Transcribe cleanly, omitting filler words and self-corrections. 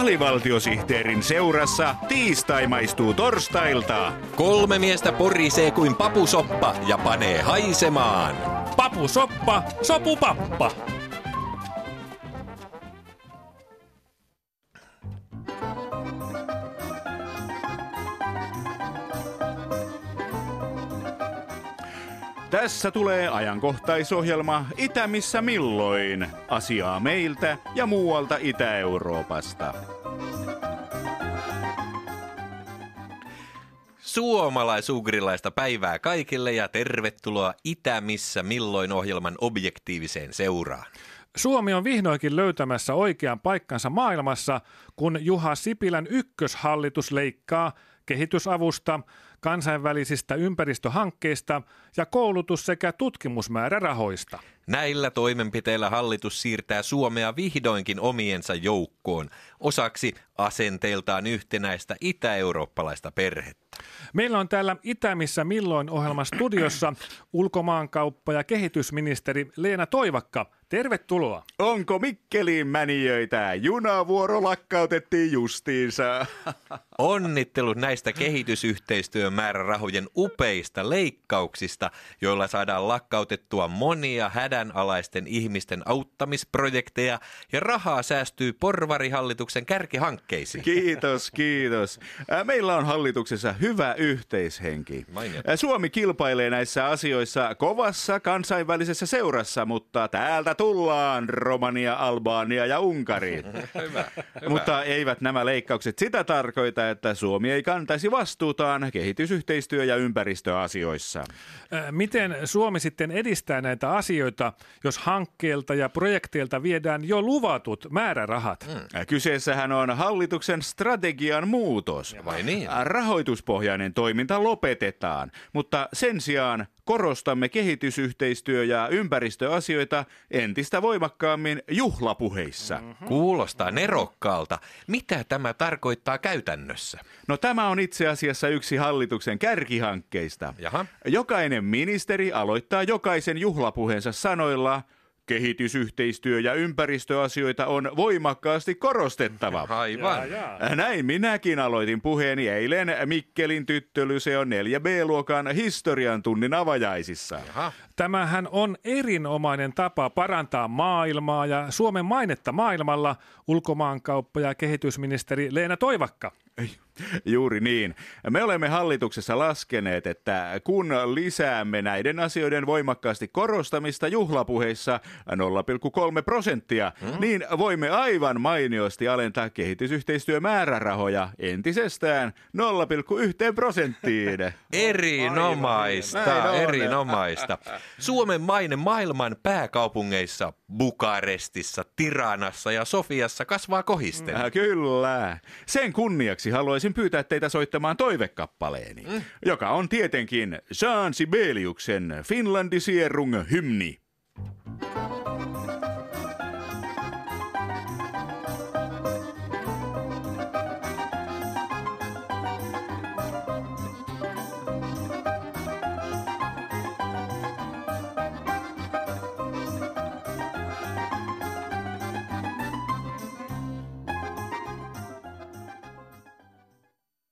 Alivaltiosihteerin seurassa tiistai maistuu torstailta. 3 miestä porisee kuin papusoppa ja panee haisemaan. Papusoppa, sopupappa. Tässä tulee ajankohtaisohjelma Itä missä milloin. Asiaa meiltä ja muualta Itä-Euroopasta. Suomalais-ugrilaista päivää kaikille ja tervetuloa Itä missä milloin -ohjelman objektiiviseen seuraan. Suomi on vihdoinkin löytämässä oikean paikkansa maailmassa, kun Juha Sipilän ykköshallitus leikkaa kehitysavusta, kansainvälisistä ympäristöhankkeista ja koulutus- sekä tutkimusmäärärahoista. Näillä toimenpiteillä hallitus siirtää Suomea vihdoinkin omiensa joukkoon, osaksi asenteiltaan yhtenäistä itä-eurooppalaista perhettä. Meillä on täällä Itä missä milloin -ohjelman studiossa ulkomaankauppa- ja kehitysministeri Leena Toivakka. Tervetuloa. Onko Mikkeliin mänijöitä? Junavuoro lakkautettiin justiinsa. Onnittelut näistä kehitysyhteistyön määrärahojen upeista leikkauksista, joilla saadaan lakkautettua monia hädänalaisten ihmisten auttamisprojekteja ja rahaa säästyy porvarihallituksen kärkihankkeisiin. Kiitos. Meillä on hallituksessa hyvä yhteishenki. Suomi kilpailee näissä asioissa kovassa kansainvälisessä seurassa, mutta täältä tullaan Romania, Albania ja Unkari. Hyvä. Mutta eivät nämä leikkaukset sitä tarkoita, että Suomi ei kantaisi vastuutaan kehitysyhteistyö- ja ympäristöasioissa. Miten Suomi sitten edistää näitä asioita, jos hankkeilta ja projekteilta viedään jo luvatut määrärahat? Kyseessähän on hallituksen strategian muutos. Vai niin? Rahoituspohjainen toiminta lopetetaan, mutta sen sijaan korostamme kehitysyhteistyö- ja ympäristöasioita entistä voimakkaammin juhlapuheissa. Kuulostaa nerokkaalta. Mitä tämä tarkoittaa käytännössä? No tämä on itse asiassa yksi hallituksen kärkihankkeista. Jaha. Jokainen ministeri aloittaa jokaisen juhlapuheensa sanoilla: kehitysyhteistyö- ja ympäristöasioita on voimakkaasti korostettava. Aivan. Näin minäkin aloitin puheeni eilen Mikkelin tyttölyseon 4B-luokan historian tunnin avajaisissa. Jaha. Tämähän on erinomainen tapa parantaa maailmaa ja Suomen mainetta maailmalla, ulkomaankauppa- ja kehitysministeri Leena Toivakka. Juuri niin. Me olemme hallituksessa laskeneet, että kun lisäämme näiden asioiden voimakkaasti korostamista juhlapuheissa 0,3%, niin voimme aivan mainiosti alentaa kehitysyhteistyömäärärahoja entisestään 0,1%. Erinomaista. Suomen maine maailman pääkaupungeissa Bukarestissa, Tiranassa ja Sofiassa kasvaa kohisten. Kyllä. Sen kunniaksi haluaisin pyytää teitä soittamaan toivekappaleeni, joka on tietenkin Jean Sibeliuksen Finlandisierung hymni.